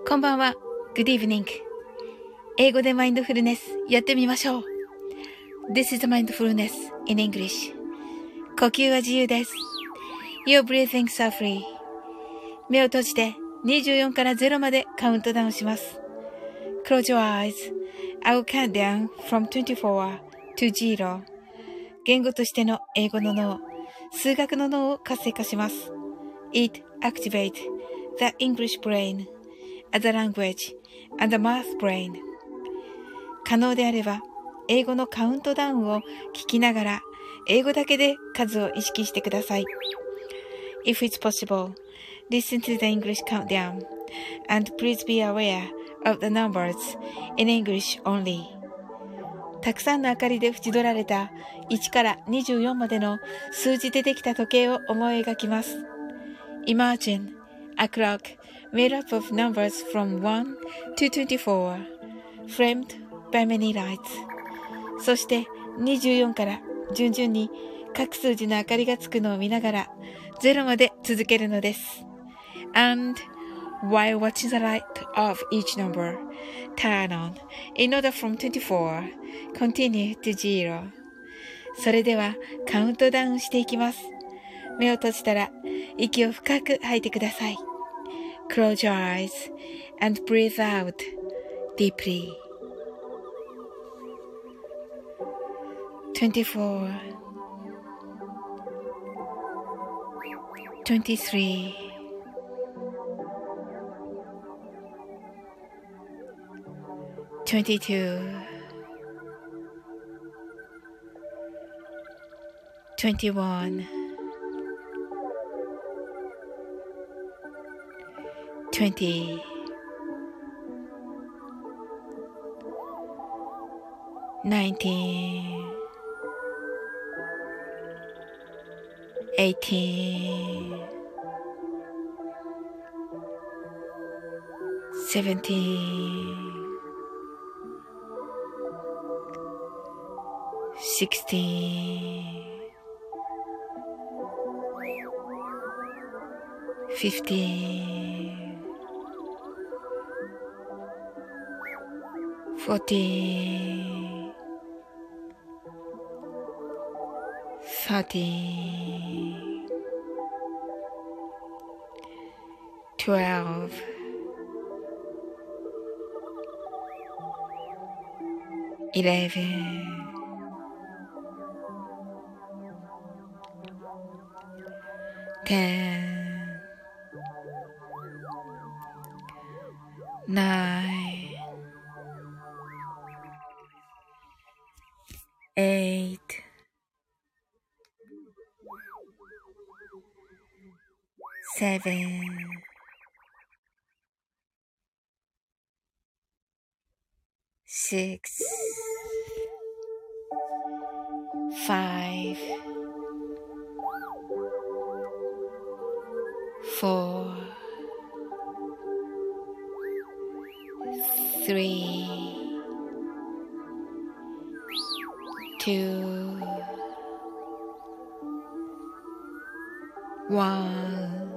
こんばんは。Good evening. 英語でマインドフルネスやってみましょう。This is mindfulness in English. 呼吸は自由です。Your breathings are free. 目を閉じて24から0までカウントダウンします。Close your eyes. I will count down from 24 to 0. 言語としての英語の脳、数学の脳を活性化します。It activates the English brain, the language, and the math brain. 可能であれば、英語のカウントダウンを聞きながら、英語だけで数を意識してください。If it's possible, listen to the English countdown, and please be aware of the numbers in English only. たくさんの明かりで縁取られた1から24までの数字でできた時計を思い描きます。Imagine a clock made up of numbers from 1 to 24, framed by many lights. そして24から順々に各数字の明かりがつくのを見ながら0まで続けるのです。And while watching the light of each number turn on in order from 24, continue to 0. それではカウントダウンしていきます。目を閉じたら息を深く吐いてください。Close your eyes and breathe out deeply. 24, 23, 22, 21, 20, 19, 18, 17, 16, 15, 14, 13, 12, 11, 10, 9, 8, 7, 6, 5, 4, 3, 2, 1,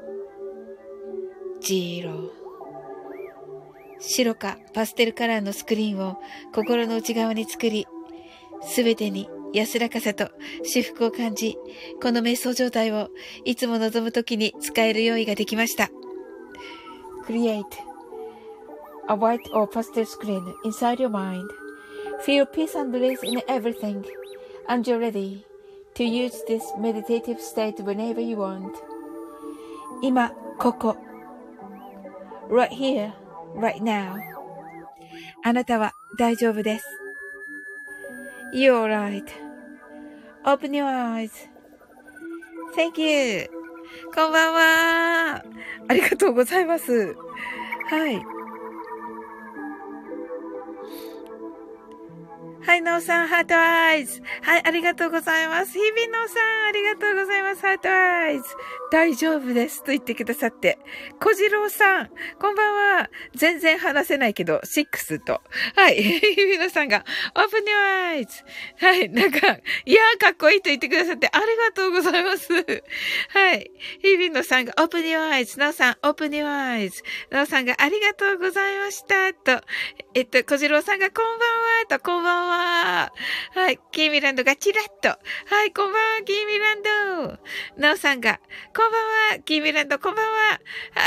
0。白かパステルカラーのスクリーンを心の内側に作り、すべてに安らかさと至福を感じ、この瞑想状態をいつも望むときに使える用意ができました。Create a white or pastel screen inside your mind. Feel peace and bliss in everything, and you're ready to use this meditative state whenever you want. 今、ここ。Right here, right now. あなたは大丈夫です。You're right. Open your eyes. Thank you. こんばんは。ありがとうございます。はい。 はい、なおさん、ハートアイズ。はい、ありがとうございます。日比野さん、ありがとうございます。ハートアイズ。大丈夫です。と言ってくださって。小次郎さん、こんばんは。全然話せないけど、6と。はい、日比野さんが、オープンニューアイズ。はい、なんか、いやー、かっこいいと言ってくださって、ありがとうございます。はい。日比野さんが、オープンニューアイズ。なおさん、オープンニューアイズ。なおさんが、ありがとうございました。と。小次郎さんが、こんばんは。と、こんばんは。はい。キーミランドがチラッと。はい、こんばんは、キーミランド。なおさんが、こんばんは、キーミランド、こんばんは。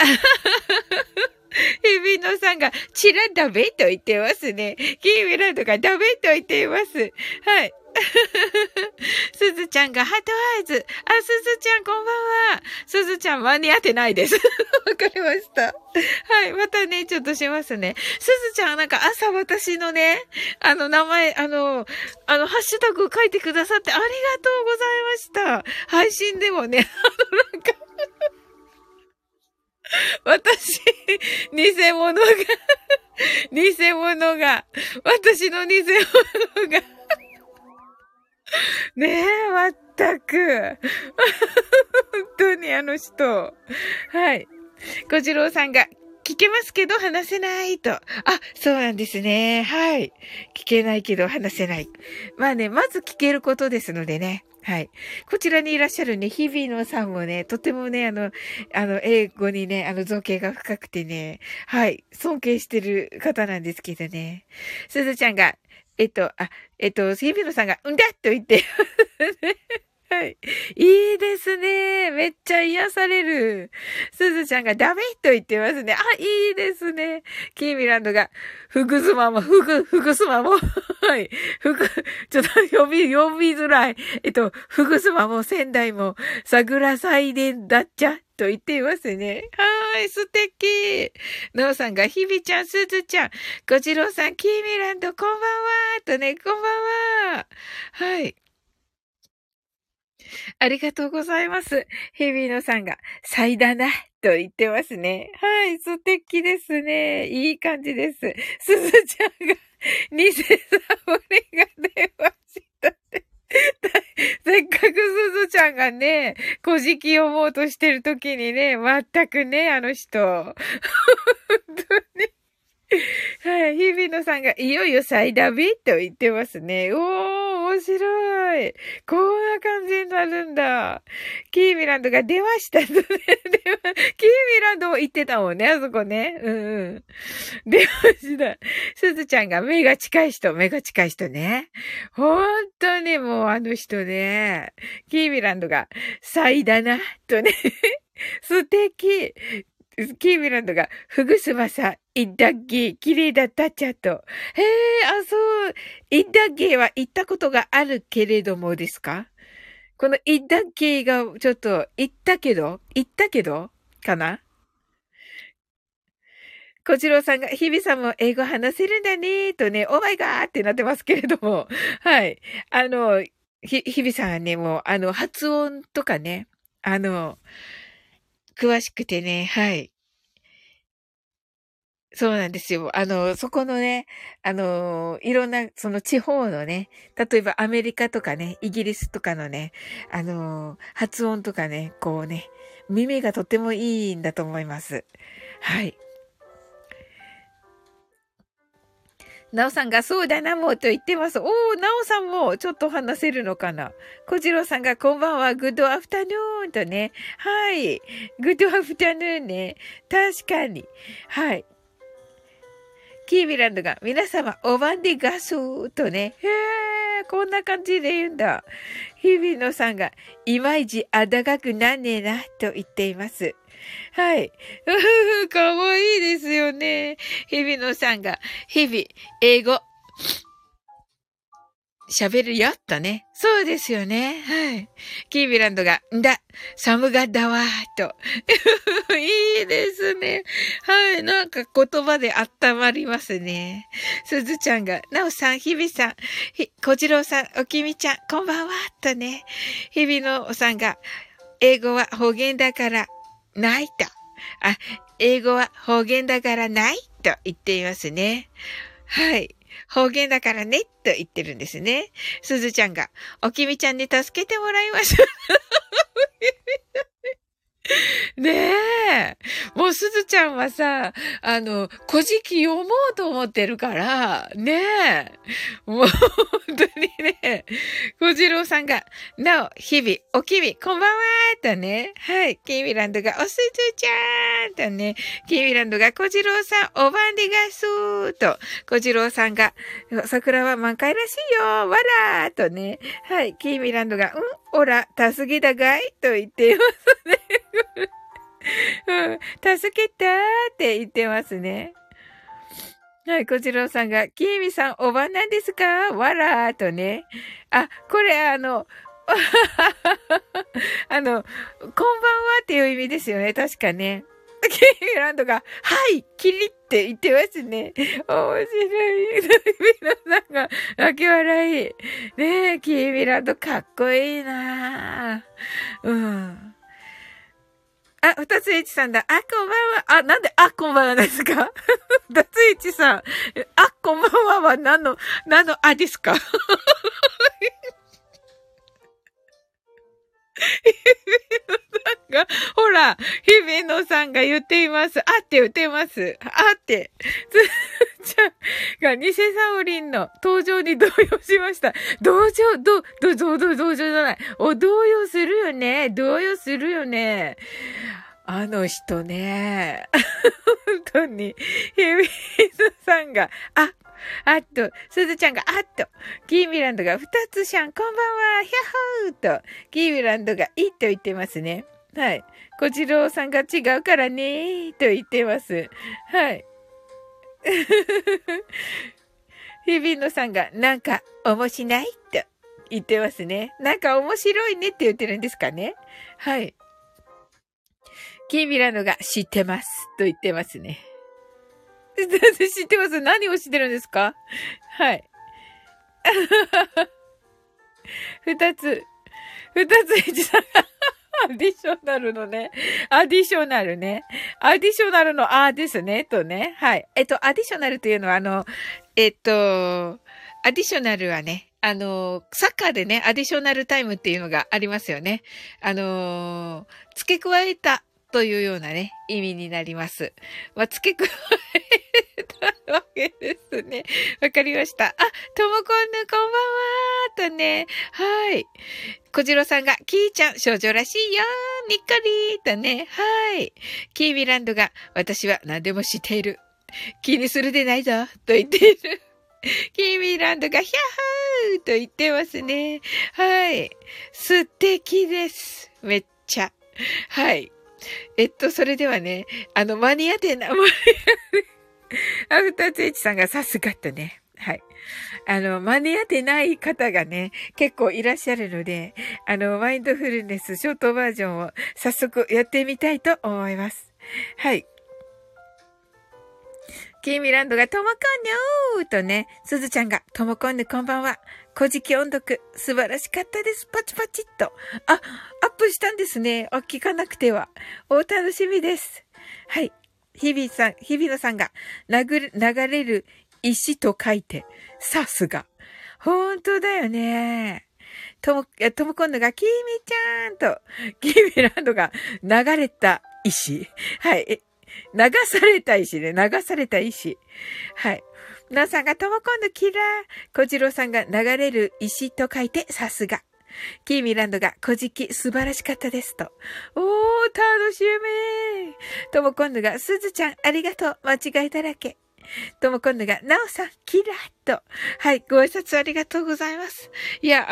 日比野さんが、チラダメと言ってますね。キーミランドがダメと言っています。はい。すずちゃんがハートアイズ。あ、すずちゃんこんばんは。すずちゃん間に合ってないです。わかりました。はい。またね、ちょっとしますね。すずちゃんなんか朝私のね、名前、ハッシュタグ書いてくださってありがとうございました。配信でもね、なんか私、偽物が、私の偽物が、ねえ、まったく。本当にあの人。はい。小次郎さんが、聞けますけど話せないと。あ、そうなんですね。はい。聞けないけど話せない。まあね、まず聞けることですのでね。はい。こちらにいらっしゃるね、日比野さんもね、とてもね、英語にね、造形が深くてね、はい。尊敬してる方なんですけどね。すずちゃんが、日比野さんが、うんだと言って、はい。いいですね。めっちゃ癒される。すずちゃんがダメと言ってますね。あ、いいですね。キーミランドが、ふぐすまも。はい。ちょっと読みづらい。ふぐすまも仙台も、桜祭殿だっちゃ。と言っていますね。はーい、素敵。なおさんが、ひびちゃん、すずちゃん、こちろうさん、キーミランド、こんばんは。とね、こんばんは。はい。ありがとうございます。ヘビーノさんが、祭だな、と言ってますね。はい、素敵ですね。いい感じです。すずちゃんが、偽サボりが出ましたって。せっかくすずちゃんがね、古事記読もうとしてる時にね、全くね、あの人。本当に。はい。日比野さんがいよいよ再ダビと言ってますね。おー、面白い。こんな感じになるんだ。キーミランドが出ましたとね。キーミランドも言ってたもんね、あそこね。うんうん。出ました。すずちゃんが目が近い人ね。本当にもうあの人ね。キーミランドが、再だな、とね。素敵。キーミランドが、ふぐすまさ、イッダッギー、綺麗だったっちゃと。へえ、あ、そう。イッダッギーは行ったことがあるけれどもですか？このイッダッギーがちょっと、行ったけどかな？小次郎さんが、日々さんも英語話せるんだね、とね、オーマイガーってなってますけれども。はい。日々さんはね、もう、発音とかね、詳しくてね、はい。そうなんですよ。そこのね、いろんな、その地方のね、例えばアメリカとかね、イギリスとかのね、発音とかね、こうね、耳がとてもいいんだと思います。はい。なおさんがそうだなもうと言ってます。おー、なおさんもちょっと話せるのかな。こじろうさんがこんばんは、グッドアフタヌーンとね。はい。グッドアフタヌーンね。確かに。はい。キービランドが皆様おばんでガスーとね。へー、こんな感じで言うんだ。日比野さんがいまいちあだがくなんねえなと言っています。はい。かわいいですよね。日比野さんが日々英語喋るよとね。そうですよね。はい。キービランドが、んだ、サムガだわーと。いいですね。はい。なんか言葉で温まりますね。すずちゃんが、なおさん、ひびさん、こじろうさん、おきみちゃん、こんばんはとね。ひびのさんが、英語は方言だからないと。あ、英語は方言だからないと言っていますね。 はい。方言だからね、と言ってるんですね。すずちゃんが、おきみちゃんに助けてもらいましょう。ねえ。もうすずちゃんはさ、古事記読もうと思ってるから、ねえ。もう、本当にね。小次郎さんが、なお、日々、おきみ、こんばんはとね。はい。キーミランドが、おすずちゃんとね。キーミランドが、小次郎さん、おばんでがすーと。小次郎さんが、桜は満開らしいよわらーとね。はい。キーミランドが、おら、たすぎだがいと言っていますね。うん、助けたーって言ってますね。はい、こちらさんが、きーみさん、おばんなんですかわらーとね。あ、これこんばんはっていう意味ですよね。確かね。キーミランドが、はい、キリって言ってますね。面白い。皆さんが泣き笑い。ねえ、キーミランドかっこいいなぁ。うん。あ、二つ H さんだ。あ、こんばんは。あ、なんで、あ、こんばんはですか二つ H さん。あ、こんばんはは何のあですかが、ほら、日比野さんが言っています。あって言ってます。あって。つーちゃんが偽サオリンの登場に動揺しました。同情じゃない。動揺するよね。動揺するよね。あの人ね。本当に。日比野さんが、あと、すずちゃんが、キーミランドが、二つしゃん、こんばんは、ヒャッホーと、キーミランドが、いいと言ってますね。はい。小次郎さんが違うからね、と言ってます。はい。日比野さんが、なんか、面白いと言ってますね。なんか面白いねって言ってるんですかね。はい。キーミランドが、知ってます、と言ってますね。知ってます。何を知ってるんですか？はい。二つ H さんがアディショナルのね。アディショナルね。アディショナルのあですね。とね。はい。アディショナルというのはアディショナルはね、サッカーでね、アディショナルタイムっていうのがありますよね。付け加えたというようなね、意味になります。まあ、付け加えたわけですね。わかりました。あ、ともこんぬこんばんはとね。はい。小次郎さんが、キーちゃん、少女らしいよにっこりーとね。はい。キーミランドが、私は何でも知っている。気にするでないぞ。と言っている。キーミランドが、ヒャッハーと言ってますね。はい。素敵です。めっちゃ。はい。それではね、マニア店な、二つ H さんがさすがとね。はい。間に合ってない方がね、結構いらっしゃるので、マインドフルネスショートバージョンを早速やってみたいと思います。はい。キーミランドがともこんぬーとね、すずちゃんがともこんぬこんばんは。古事記音読、素晴らしかったです。パチパチっと。あ、アップしたんですね。聞かなくては。お楽しみです。はい。日比野さんが、流れる石と書いて、さすが。ほんとだよね。ともこんぬが、きみちゃんと、キーミランドが、流れた石。はい。流された石ね。流された石。はい。なさんがともこんぬキラー。小次郎さんが流れる石と書いて、さすが。キーミランドが古事記素晴らしかったですと。おー、楽しみ。ともこんぬがすずちゃんありがとう。間違いだらけ。ともこんぬがなおさんキラッと。はい、ご挨拶ありがとうございます。いや、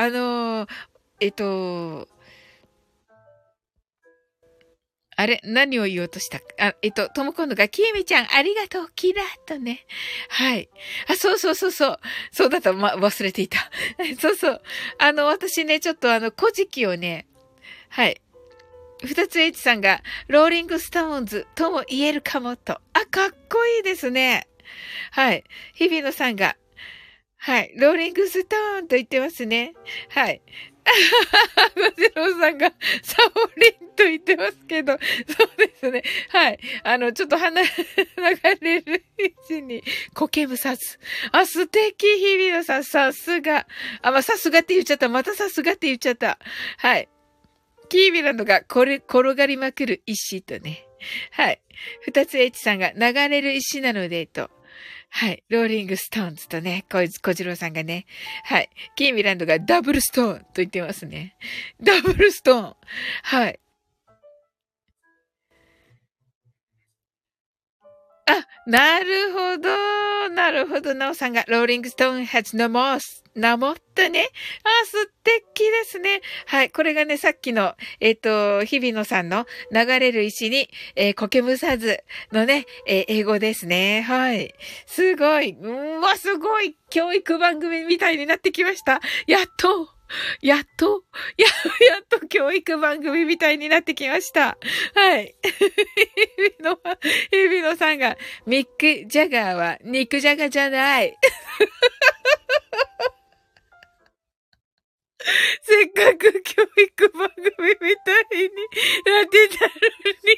あれ何を言おうとしたともこんぬが、きえみちゃん、ありがとう、キラーとね。はい。あ、そう。そうだと、忘れていた。そう。私ね、ちょっと古事記をね、はい。二つ H さんが、ローリングストーンズとも言えるかもと。あ、かっこいいですね。はい。日比野さんが、はい。ローリングストーンと言ってますね。はい。 ご次郎さんがサオリンと言ってますけど、そうですね。はい。ちょっと流れる位置に、苔むさず。あ、素敵、日比野さん、さすが。あ、まあ、さすがって言っちゃった。またさすがって言っちゃった。はい。キービランドが転がりまくる石とね。はい。二つ H さんが流れる石なので、と。はい。ローリングストーンズとね、小次郎さんがね。はい。キーミランドがダブルストーンと言ってますね。ダブルストーン。はい。あ、なるほど。なるほど。なおさんが、ローリングストーン has no more. なもったね。あ、素敵ですね。はい。これがね、さっきの、日比野さんの流れる石に、苔むさずのね、英語ですね。はい。すごい。すごい。教育番組みたいになってきました。やっと。やっと、やっと教育番組みたいになってきました。はい。日比野さんが、ミック・ジャガーは肉じゃがじゃない。せっかく教育番組みたいになってたのに。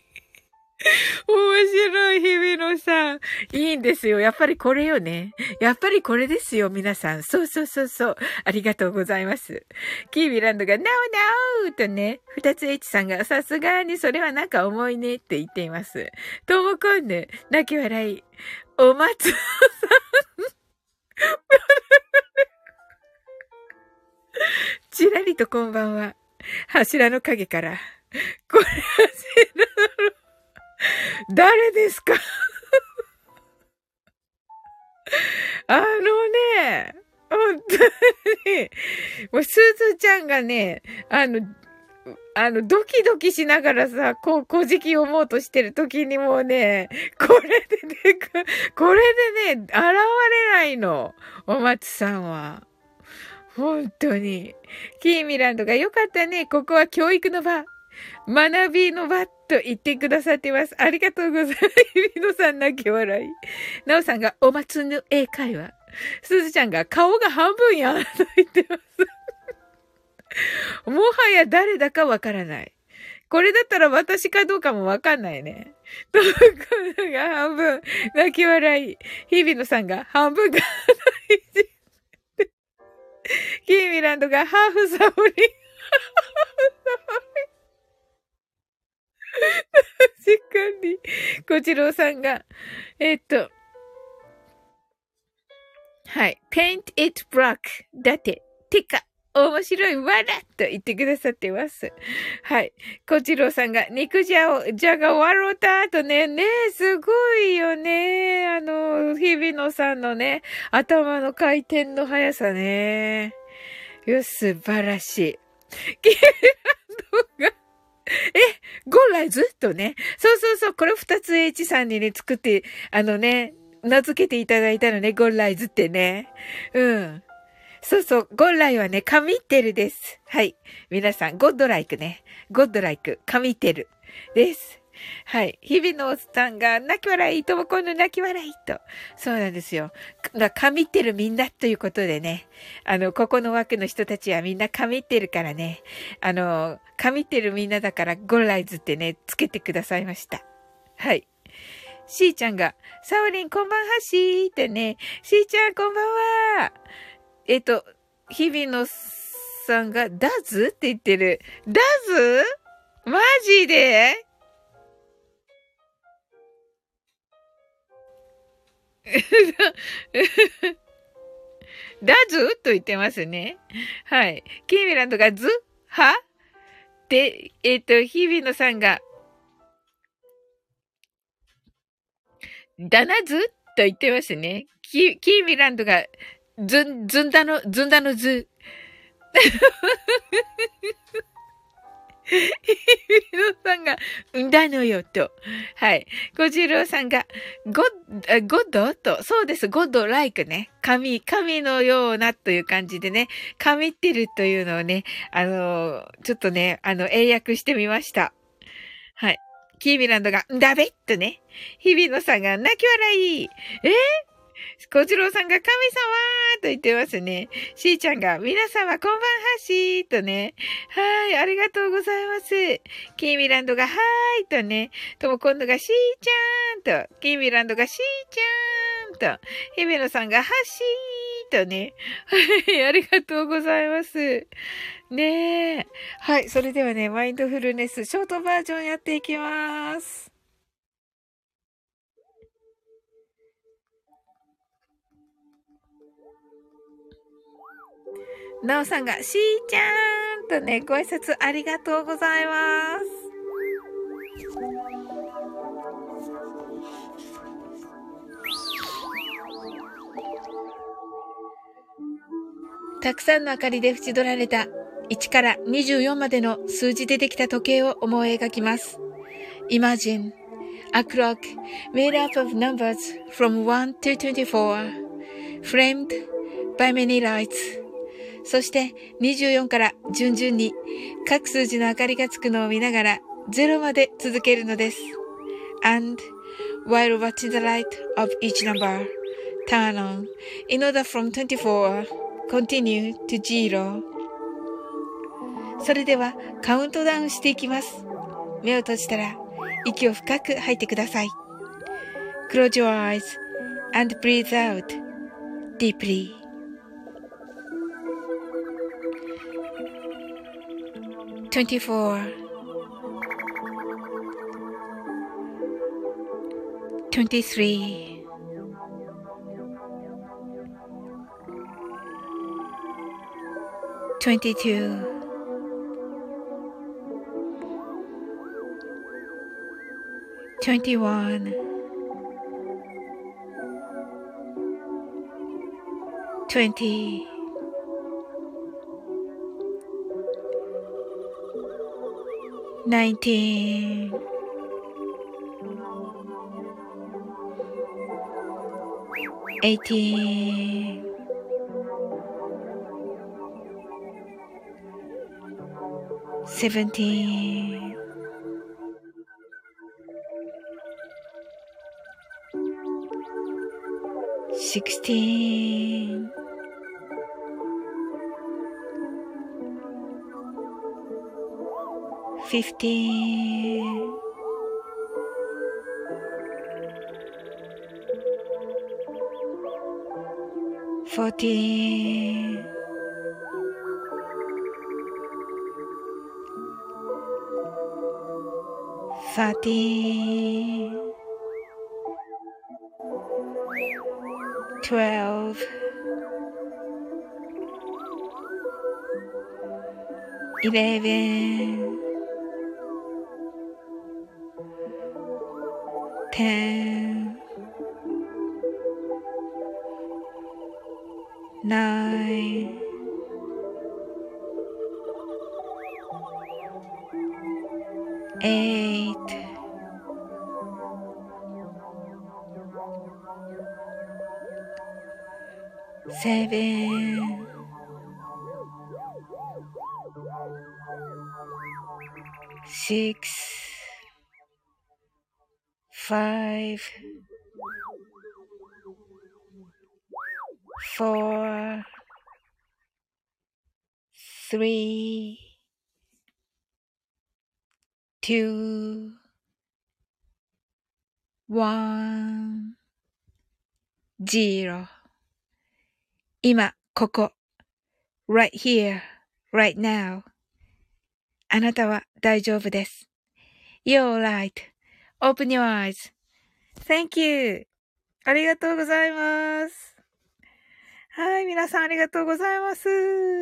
面白い、日比野さん。いいんですよ。やっぱりこれよね。やっぱりこれですよ、皆さん。そうそうそうそう。ありがとうございます。キービランドが、ノーノーとね、二つ H さんが、さすがにそれはなんか重いねって言っています。ともこんぬ、泣き笑い。お松さん。ちらりとこんばんは。柱の影から。これ柱の、誰ですか？本当に、もうすずちゃんがね、ドキドキしながらさ、古事記読もうとしてる時にもうね、これでね、現れないの。お松さんは。本当に。キーミランドがよかったね。ここは教育の場。学びの場と言ってくださってます。ありがとうございます。日比野さん泣き笑い。なおさんがお祭りの英会話。すずちゃんが顔が半分やんと言ってます。もはや誰だかわからない。これだったら私かどうかもわかんないね。ところが半分泣き笑い。日比野さんが半分が大事。キーミランドがハーフサオリ。確かに。小次郎さんが、はい。paint it black. だって、てか、面白いわらと言ってくださってます。はい。小次郎さんが、肉じゃが笑うたとね、すごいよね。日比野さんのね、頭の回転の速さね。素晴らしい。キーランドが、ゴンライズとね。そうそうそう、これ二つ H さんにね、作って、名付けていただいたのね、ゴンライズってね。うん。そうそう、ゴンライはね、神ってるです。はい。皆さん、ゴッドライクね。ゴッドライク、神ってるです。はい。日々のおっさんが、泣き笑い、ともこんの泣き笑いと。そうなんですよ。神ってるみんなということでね。ここの枠の人たちはみんな神ってるからね。神ってるみんなだから、ゴンライズってね、つけてくださいました。はい。しーちゃんが、サオリンこんばんはしーってね。しーちゃんこんばんは。日々のさんが、ダズって言ってる。ダズ？マジで？ダズと言ってますね。はい。キーミランドがズはで、日比野さんが、ダナズと言ってますね。キーミランドが、ずんだのズ。日比野さんが、んだのよと。はい。小次郎さんが、ゴッドと、そうです、ゴッドライクね。神のようなという感じでね、神ってるというのをね、ちょっとね、英訳してみました。はい。キーミランドが、んだべっとね。日比野さんが泣き笑い。 小次郎さんが神様と言ってますね。しーちゃんが皆様こんばんはしーとね。はい、ありがとうございます。キーミランドがはーいとね。とも今度がしーちゃんと。キーミランドがしーちゃんと。ヒメノさんがはしーとね。はい、ありがとうございます。ねえ。はい、それではね、マインドフルネスショートバージョンやっていきます。なおさんが、しーちゃーんとね、ご挨拶ありがとうございます。たくさんの明かりで縁取られた1から24までの数字でできた時計を思い描きます。Imagine a clock made up of numbers from 1 to 24, framed by many lights. そして24から順々に各数字の明かりがつくのを見ながら0まで続けるのです。And while watching the light of each number turn on in order from 24, continue to 0. それではカウントダウンしていきます。目を閉じたら息を深く吐いてください。Close your eyes and breathe out deeply. 24 23 22 21 20 19 18 17 16 15 14 13 12 11 10 9 8 7 6 5 4 3 2 1 0今、ここ。right here, right now. あなたは大丈夫です。You're right.Open your eyes. Thank you. ありがとうございます。はい、皆さんありがとうございます。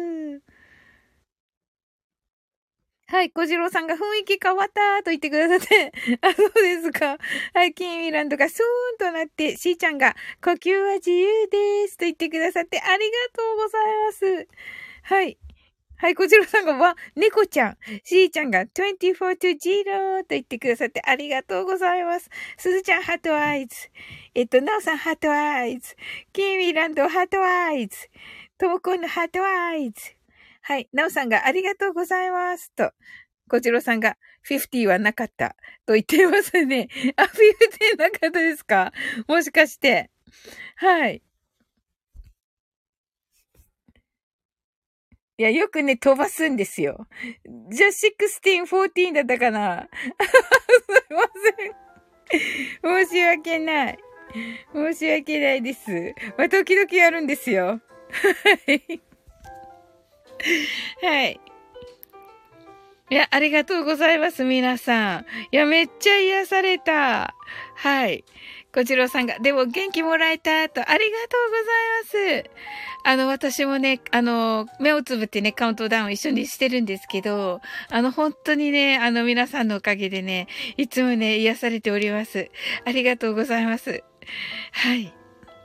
はい、小次郎さんが雰囲気変わったと言ってくださって。あ、そうですか。はい、キーミランドがスーンとなって、しーちゃんが呼吸は自由ですと言ってくださってありがとうございます。はい。はい、こちらさんが猫ちゃん。しーちゃんが24 to 0と言ってくださってありがとうございます。すずちゃんハートアイズ。なおさんハートアイズ。キーミランドハートアイズ。ともこんのハートアイズ。はい、なおさんがありがとうございます。と、こちらさんが50はなかった。と言ってますね。あ、50なかったですか？もしかして。 はい。いや、よくね、飛ばすんですよ。じゃあ、16、14だったかな。すいません。申し訳ない。申し訳ないです。まあ、時々やるんですよ。はい。はい。いや、ありがとうございます、皆さん。いや、めっちゃ癒された。はい。小次郎さんが、でも元気もらえた、と、ありがとうございます。私もね、目をつぶってね、カウントダウン一緒にしてるんですけど、本当にね、皆さんのおかげでね、いつもね、癒されております。ありがとうございます。はい。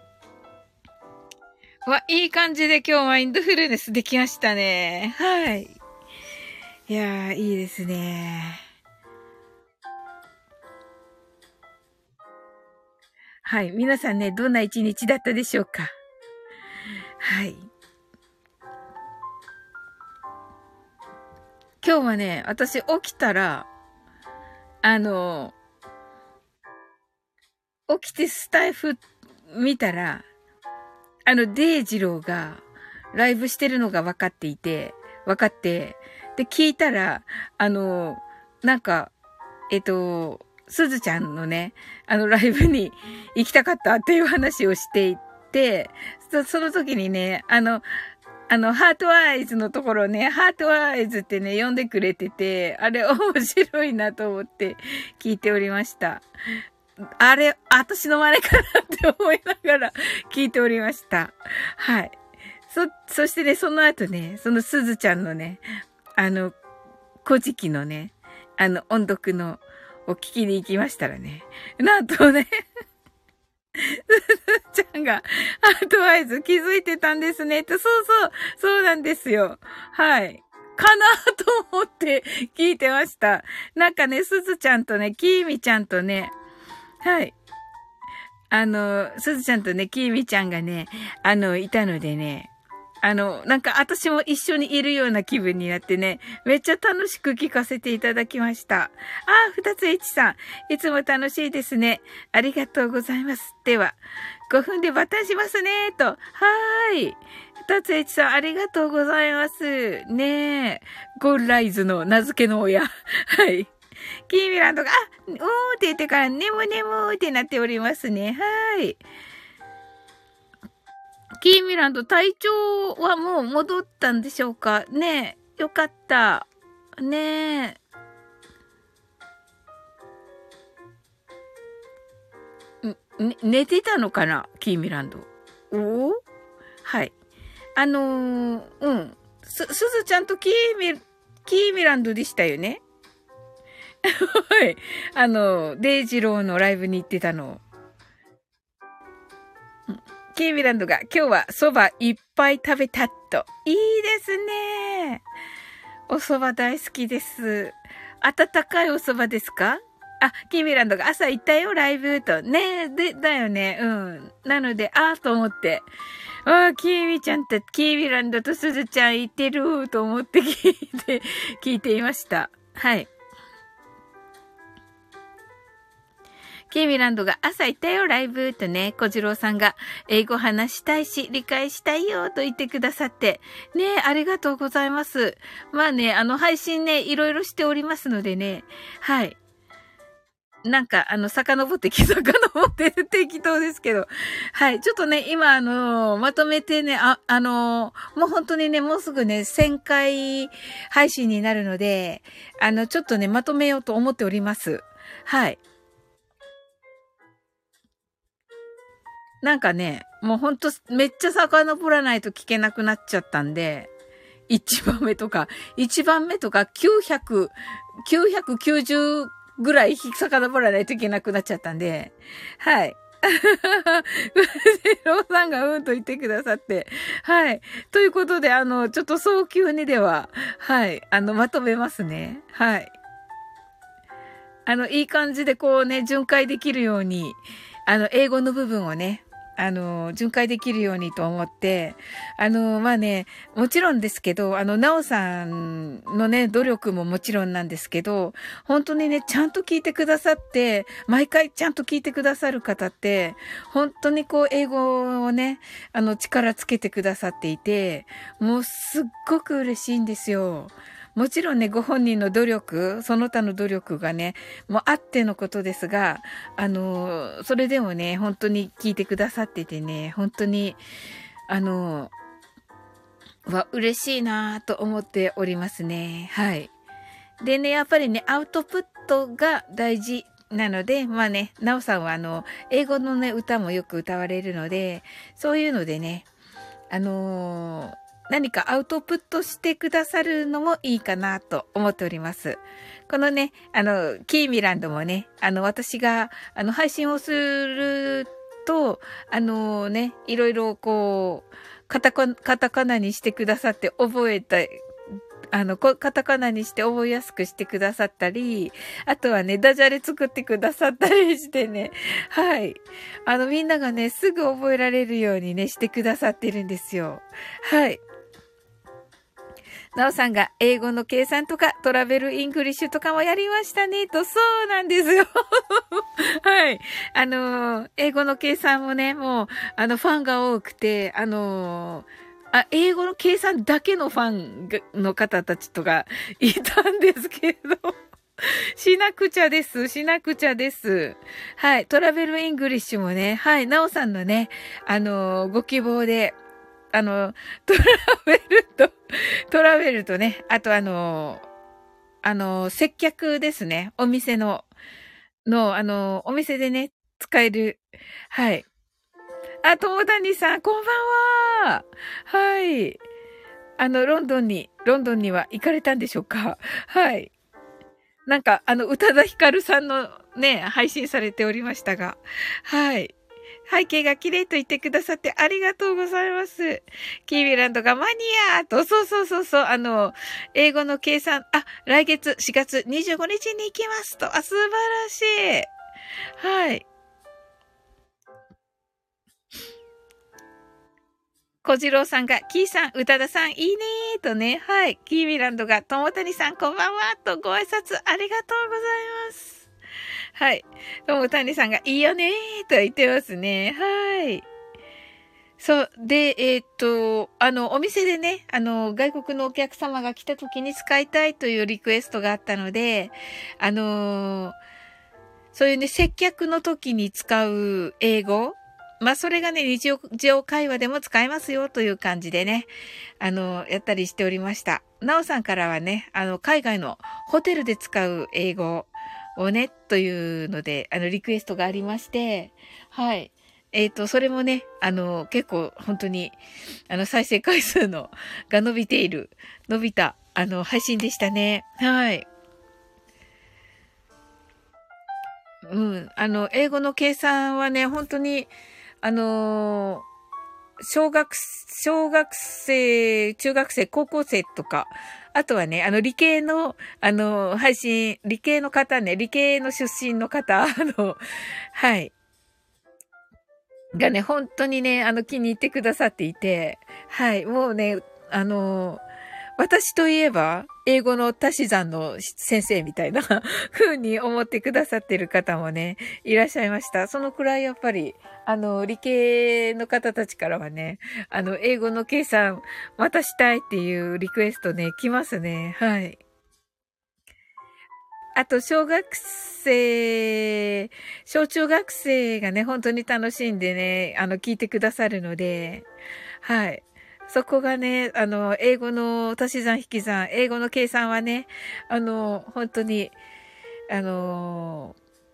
いい感じで今日マインドフルネスできましたね。はい。いやー、いいですね。はい。皆さんね、どんな一日だったでしょうか？はい。今日はね、私起きたら、あの、起きてスタイフ見たら、デイジローがライブしてるのが分かっていて、分かって、で、聞いたら、なんか、すずちゃんのね、ライブに行きたかったっていう話をしていて、その時にね、ハートアイズのところね、ハートアイズってね、呼んでくれてて、あれ面白いなと思って聞いておりました。あれ、私の真似かなって思いながら聞いておりました。はい。そしてね、その後ね、そのすずちゃんのね、古事記のね、音読のを聞きに行きましたらね、なんとね、すずちゃんがハートアイズ気づいてたんですねって、そうなんですよ。はい。かなと思って聞いてました。なんかね、すずちゃんとね、きーみちゃんとね、はい。すずちゃんとね、きーみちゃんがね、いたのでね、なんか私も一緒にいるような気分になってね、めっちゃ楽しく聞かせていただきました。二つ H さん、いつも楽しいですね。ありがとうございます。では、5分でバタンしますね、と。ーい。二つ H さん、ありがとうございます。ねえ。ゴールライズの名付けの親。はい。キーミランドが、うーって言ってから、ねむねむってなっておりますね。はい。キーミランド、体調はもう戻ったんでしょうかねえ。よかった。ね寝てたのかなキーミランド。おはい。うん。すずちゃんとキーミランドでしたよね。はい。デイジローのライブに行ってたの。キーミランドが今日は蕎麦いっぱい食べたと。いいですね。お蕎麦大好きです。温かいお蕎麦ですか？キーミランドが朝行ったよ、ライブと。ねだよね。うん。なので、と思って。キーミちゃんと、キーミランドとスズちゃん行ってると思って聞いていました。はい。キーミランドが朝行ったよ、ライブとね、小次郎さんが英語話したいし、理解したいよと言ってくださって。ね、ありがとうございます。まあね、配信ね、いろいろしておりますのでね。はい。なんか、遡って適当ですけど。はい。ちょっとね、今、まとめてね、もう本当にね、もうすぐね、1000回配信になるので、ちょっとね、まとめようと思っております。はい。なんかね、もうほんとめっちゃ遡らないと聞けなくなっちゃったんで、1番目とか、1番目とか990ぐらい遡らないといけなくなっちゃったんで、はい。ローさんがうんと言ってくださって。はい。ということで、ちょっと早急にでは、はい。まとめますね。はい。いい感じでこうね、巡回できるように、英語の部分をね、 巡回できるようにと思って、まあね、もちろんですけど、なおさんのね、努力ももちろんなんですけど、本当にね、ちゃんと聞いてくださって、毎回ちゃんと聞いてくださる方って、本当にこう、英語をね、力つけてくださっていて、もうすっごく嬉しいんですよ。もちろんね、ご本人の努力、その他の努力がね、もうあってのことですが、それでもね、本当に聞いてくださっててね、本当に、嬉しいなぁと思っておりますね。はい。でね、やっぱりね、アウトプットが大事なので、まあね、なおさんは英語のね、歌もよく歌われるので、そういうのでね、何かアウトプットしてくださるのもいいかなと思っております。このね、キーミランドもね、私が、配信をすると、いろいろこう、カタカナにしてくださって覚えた、カタカナにして覚えやすくしてくださったり、あとはね、ダジャレ作ってくださったりしてね、はい。みんながね、すぐ覚えられるようにね、してくださってるんですよ。はい。なおさんが英語の計算とかトラベルイングリッシュとかもやりましたね、と、そうなんですよ。はい。英語の計算もね、もう、ファンが多くて、英語の計算だけのファンの方たちとかいたんですけど、しなくちゃです、しなくちゃです。はい。トラベルイングリッシュもね、はい。なおさんのね、ご希望で、トラトラベルとね、あと接客ですね。お店お店でね、使える。はい。あ、友谷さん、こんばんは。はい。ロンドンには行かれたんでしょうか？はい。なんか、宇多田ヒカルさんのね、配信されておりましたが。はい。背景が綺麗と言ってくださってありがとうございます。キービランドがマニアーと、そう、英語の計算、来月4月25日に行きますと、素晴らしい。はい。小次郎さんが、キーさん、宇多田さん、いいねーとね、はい。キービランドが、友谷さん、こんばんはとご挨拶ありがとうございます。はい。友谷さんが、いいよねーと言ってますね。はい。そう。で、お店でね、外国のお客様が来た時に使いたいというリクエストがあったので、そういうね、接客の時に使う英語、まあ、それがね、日常会話でも使えますよという感じでね、やったりしておりました。なおさんからはね、海外のホテルで使う英語をね、というので、リクエストがありまして、はい。それもね、結構本当に、再生回数が伸びた、配信でしたね。はい。うん。英語の計算はね、本当に、あの小学生、中学生、高校生とか、あとはね、理系の、配信、理系の方ね、理系の出身の方、はい。がね、本当にね、気に入ってくださっていて、はい、もうね、私といえば、英語の足し算の先生みたいな風に思ってくださってる方もね、いらっしゃいました。そのくらいやっぱり、理系の方たちからはね、英語の計算、またしたいっていうリクエストね、来ますね。はい。あと、小中学生がね、本当に楽しんでね、聞いてくださるので、はい。そこがね、英語の足し算引き算、英語の計算はね、本当に、あの、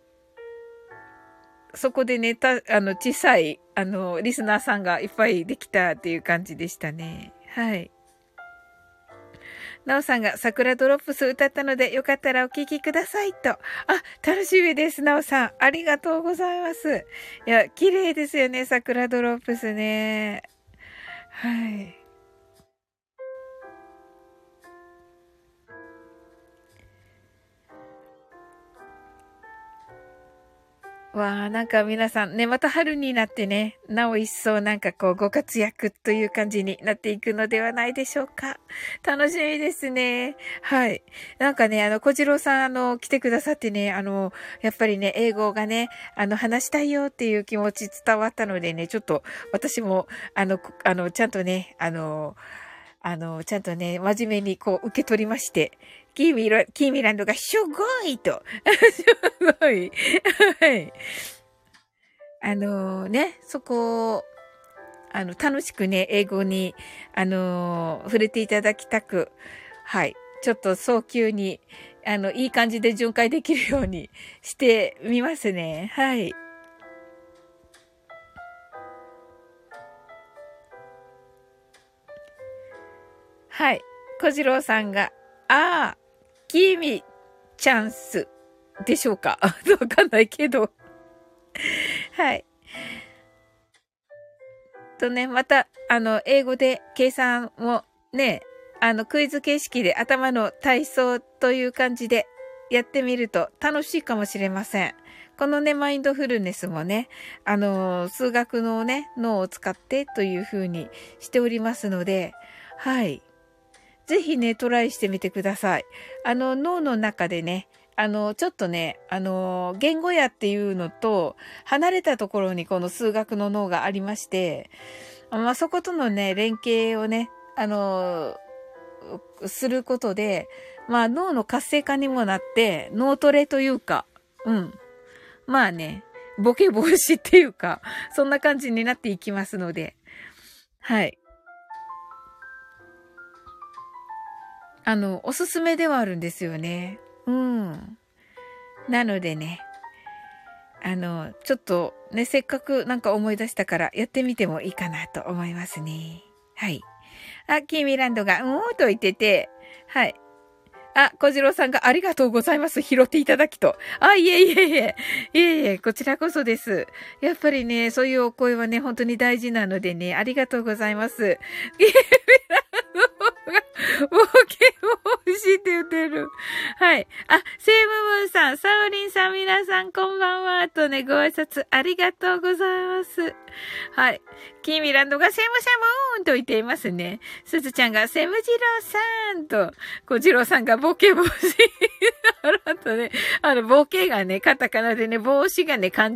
そこでね、小さい、リスナーさんがいっぱいできたっていう感じでしたね。はい。なおさんが桜ドロップス歌ったので、よかったらお聴きくださいと。楽しみです、なおさん。ありがとうございます。いや、綺麗ですよね、桜ドロップスね。はい。 わあ、なんか皆さんね、また春になってね、なお一層なんかこうご活躍という感じになっていくのではないでしょうか。楽しみですね。はい。なんかね、小次郎さん、来てくださってね、やっぱりね、英語がね、話したいよっていう気持ち伝わったのでね、ちょっと私も、ちゃんとね、ちゃんとね、真面目にこう受け取りまして、キーミランドがすごいと。すごい。はい。ね、そこを、楽しくね、英語に、触れていただきたく、はい。ちょっと早急に、いい感じで巡回できるようにしてみますね。はい。はい。小次郎さんが、キミチャンスでしょうかわかんないけど。はい。とね、また、英語で計算もね、クイズ形式で頭の体操という感じでやってみると楽しいかもしれません。このね、マインドフルネスもね、数学のね、脳を使ってという風にしておりますので、はい。ぜひね、トライしてみてください。脳の中でね、ちょっとね、言語野っていうのと、離れたところにこの数学の脳がありまして、まあ、そことのね、連携をね、することで、まあ、脳の活性化にもなって、脳トレというか、うん。まあね、ボケ防止っていうか、そんな感じになっていきますので、はい。おすすめではあるんですよね。うん。なのでね、ちょっとね、せっかくなんか思い出したからやってみてもいいかなと思いますね。はい。キーミランドが、と言ってて、はい。小次郎さんがありがとうございます。拾っていただきと。いえいえいえ。いえいえ、こちらこそです。やっぱりね、そういうお声はね、本当に大事なのでね、ありがとうございます。キーミランドが、冒険を欲しいって言ってる。はい。セイムムーンさん、サウリンさん、皆さん、こんばんは。とね、ご挨拶ありがとうございます。はい。キーミランドがセムセムーンと言っていますね。すずちゃんがセムジローさんと、小次郎さんがボケ帽子。あとね、ボケがね、カタカナでね、帽子がね、ハ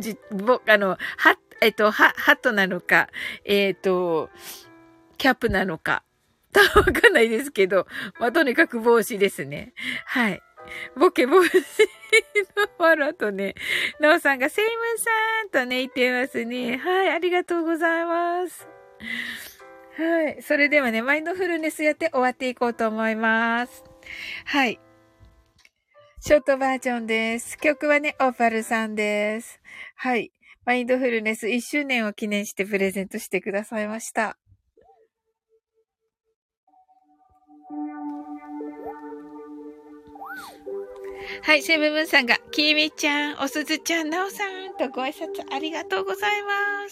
ットなのか、キャップなのか。わかんないですけど、まあ、とにかく帽子ですね。はい。ボケ帽子のフォローとね、ノーさんがセイムさんとね、言ってますね。はい、ありがとうございます。はい。それではね、マインドフルネスやって終わっていこうと思います。はい。ショートバージョンです。曲はね、オーパルさんです。はい。マインドフルネス1周年を記念してプレゼントしてくださいました。はい、セブブンさんが、きみちゃん、おすずちゃん、なおさんとご挨拶ありがとうございます。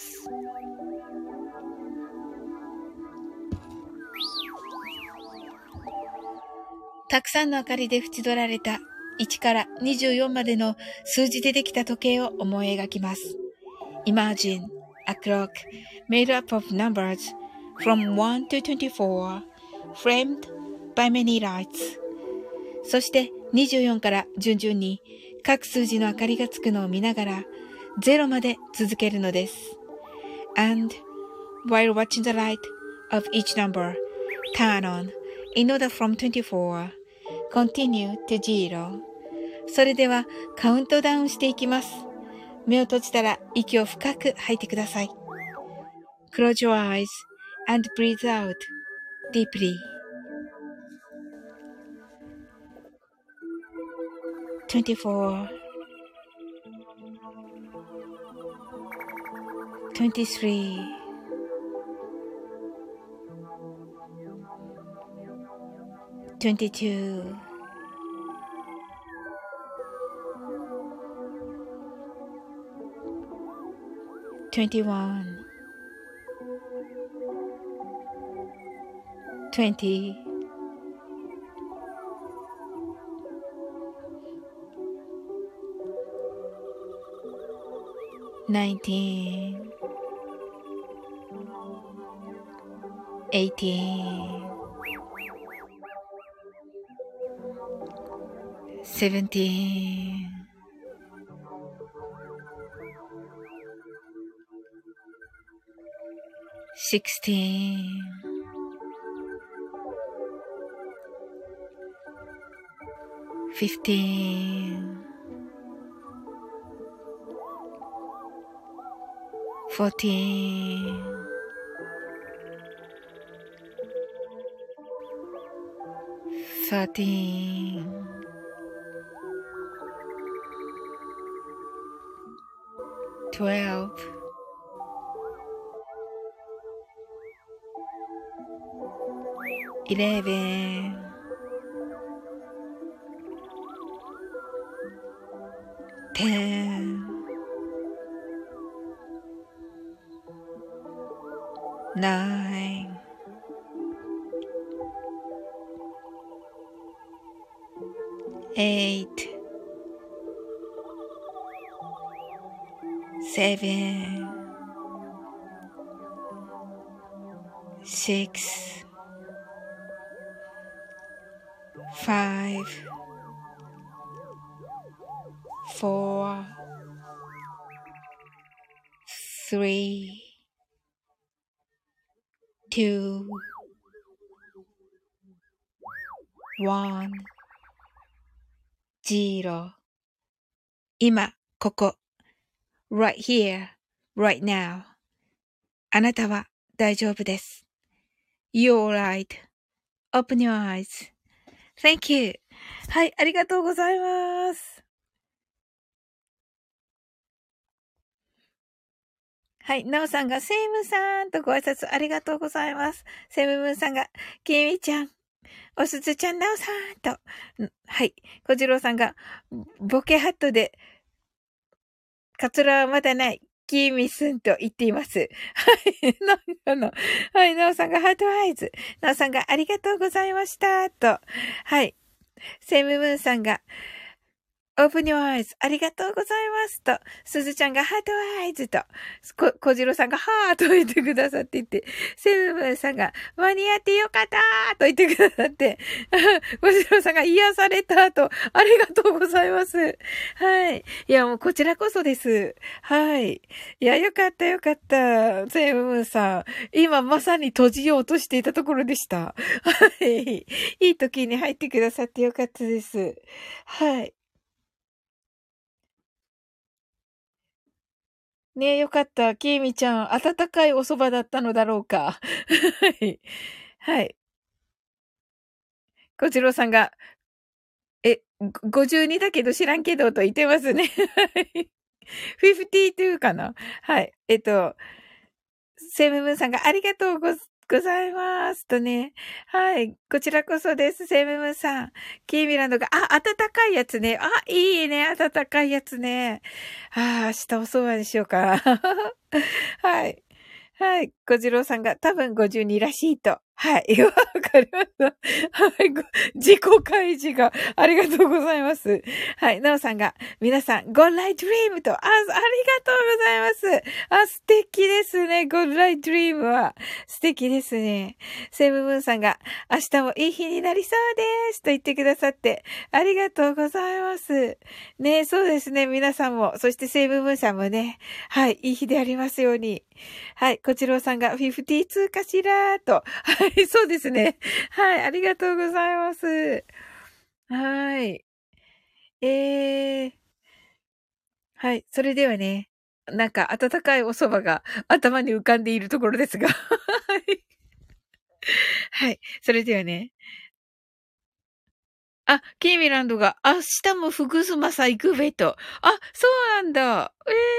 たくさんの明かりで縁取られた1から24までの数字でできた時計を思い描きます。Imagine a clock made up of numbers from 1 to 24, framed by many lights. そして24から順々に各数字の明かりがつくのを見ながら0まで続けるのです。And while watching the light of each number turn on in order from 24, continue to 0. それではカウントダウンしていきます。目を閉じたら息を深く吐いてください。Close your eyes and breathe out deeply. 24 23 22 21 20 19 19, 18, 17, 16, 15, 14, 13, 12, 11, 10, 9, 8, 7, 6, 5, 4, 3, 2, 1, 0今、ここ。right here, right now. あなたは大丈夫です。You're right.Open your eyes.Thank you. はい、ありがとうございます。はい、なおさんが、セイムさんとご挨拶ありがとうございます。セムムーンさんが、きみちゃん、おすずちゃん、なおさんと、はい、小次郎さんが、ボケハットで、カツラはまだない。キーミスンと言っています。はい。はい、なおさんがハートアイズ。なおさんがありがとうございました。と。はい。セムムーンさんが、Open your eyes. ありがとうございます。と、すずちゃんがハートアイズと、小次郎さんがハーと言ってくださっていて、セブブンさんが間に合ってよかったと言ってくださって、小次郎さんが癒されたと、ありがとうございます。はい。いや、もうこちらこそです。はい。いや、よかったよかった。セブブンさん。今まさに閉じようとしていたところでした。はい。いい時に入ってくださってよかったです。はい。ねえ、よかった。きーみちゃん、温かいお蕎麦だったのだろうか。はい。はい。小次郎さんが、52だけど知らんけどと言ってますね。はい。52かな。はい。セムムーンさんがありがとうございますとね。はい。こちらこそです。セムムーンさん。キーミランドが、温かいやつね。いいね。温かいやつね。明日お蕎麦にしようか。はい。はい。小次郎さんが多分52らしいと。はい。わかりました。はい。自己開示がありがとうございます。はい。なおさんが、皆さん、Good Light Dream と、ありがとうございます。素敵ですね。Good Light Dream は。素敵ですね。セブブンさんが、明日もいい日になりそうです。と言ってくださって、ありがとうございます。ね、そうですね。皆さんも、そしてセブブンさんもね、はい。いい日でありますように。はい。こちろうさんが52かしらと。はい。そうですね。はい。ありがとうございます。はい。はい。それではね、なんか温かいお蕎麦が頭に浮かんでいるところですが。はい。はい。それではね。キーミランドが、明日も福マさ行くべと。そうなんだ。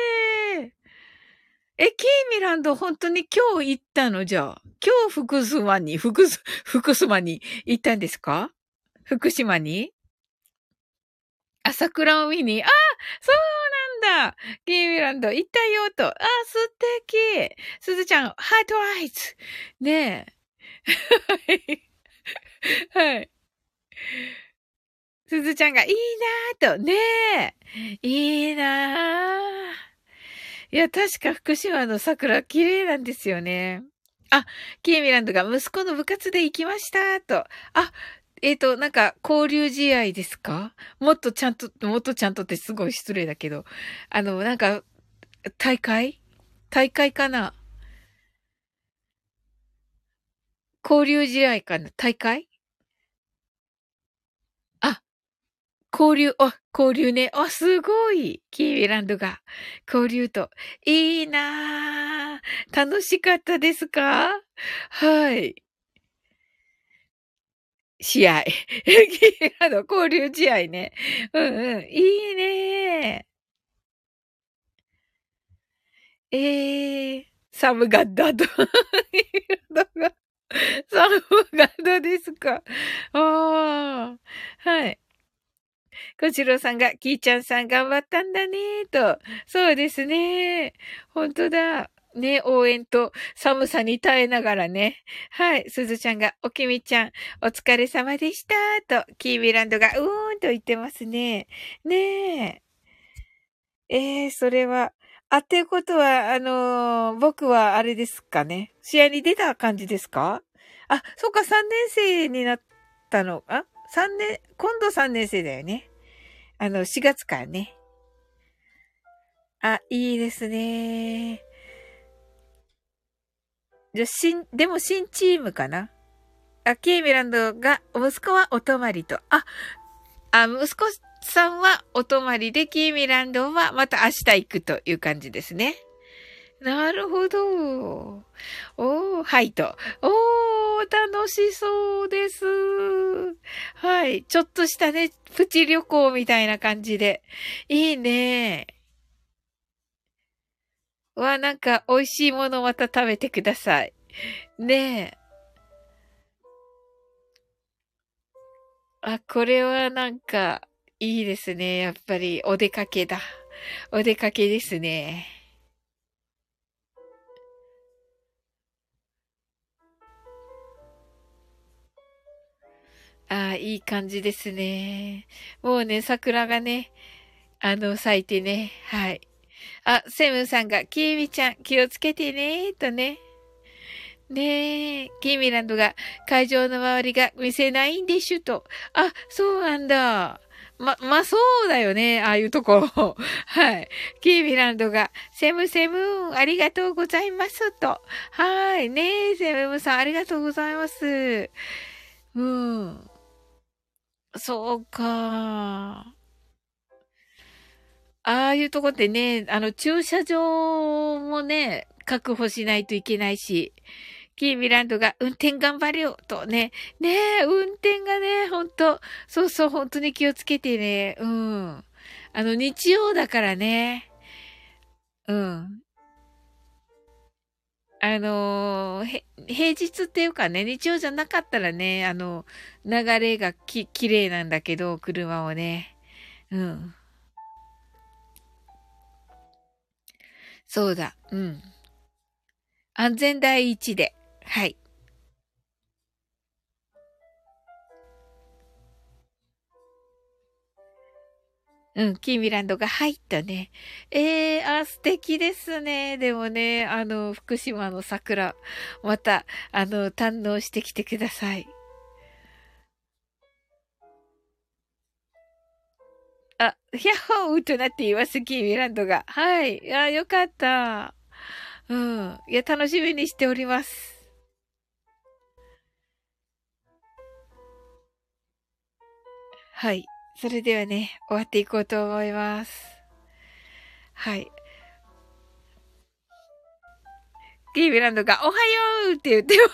キーミランド本当に今日行ったのじゃあ。今日福島に行ったんですか？福島に桜を見に。そうなんだ。キーミランド行ったよと。素敵。すずちゃん、ハートアイズ。ねえ。はい。すずちゃんがいいなぁと。ねえ。いいなぁ。 いや、確か福島の桜綺麗なんですよね。あ、キーミランドが息子の部活で行きましたと。あ、なんか、交流試合ですか？もっとちゃんとってすごい失礼だけど。なんか、大会かな？交流試合かな？大会？あ、交流ね。あ、すごい。キーミランドが。交流と。いいなぁ。楽しかったですか？はい。試合。交流試合ね。うんうん。いいね。サムガッダと。サムガッダですか。ああ。はい。小次郎さんが、キーちゃんさん頑張ったんだね、と。そうですね。本当だ。ね、応援と寒さに耐えながらね。はい。すずちゃんが、おきみちゃん、お疲れ様でした、と、キーミランドが、ーんと言ってますね。ねそれは、っていうことは、僕はあれですかね。試合に出た感じですか？あ、そっか、3年生になったの、今度3年生だよね。4月からね。あ、いいですね。じゃ、でも新チームかな？ケイミランドが、息子はお泊まりと。息子さんはお泊まりで、キーミランドはまた明日行くという感じですね。なるほど。はいと。楽しそうです。はい。ちょっとしたね、プチ旅行みたいな感じで。いいね。なんか美味しいものまた食べてください。ねえ。これはなんか、いいですね。やっぱり、お出かけだ。お出かけですね。いい感じですね。もうね、桜がね、咲いてね。はい。セムさんが、キーミちゃん気をつけてね、とね。ねえ、キーミランドが、会場の周りが見せないんでしゅと。そうなんだ。そうだよね。ああいうとこ。はい。キーミランドが、セムセムありがとうございますと。はい。ねえ、セムさん、ありがとうございます。うん。そうか。ああいうとこってね、駐車場もね、確保しないといけないし、キーミランドが運転頑張れよとね。ねえ、運転がね、ほんと、そうそう、本当に気をつけてね。うん。日曜だからね。うん。平日っていうかね、日曜じゃなかったらね、流れが綺麗なんだけど、車をね。うん。そうだ。うん。安全第一で。はい。うん、キーミランドが入ったね。素敵ですね。でもね、福島の桜、また、堪能してきてください。ヒャッホーとなっています、キーミランドが。はい。よかった。うん。いや、楽しみにしております。はい。それではね、終わっていこうと思います。はい。キーミランドが、おはようって言ってます。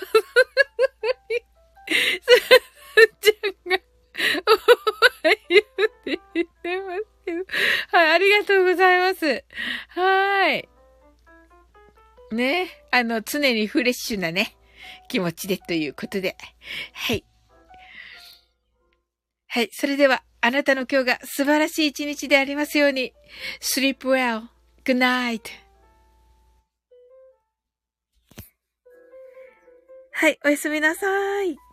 すーちゃんが、おはようって言ってますけど。はい、ありがとうございます。はい。ね。常にフレッシュなね、気持ちでということで。はい。はい。それでは、あなたの今日が素晴らしい一日でありますように。sleep well. Good night. はい。おやすみなさい。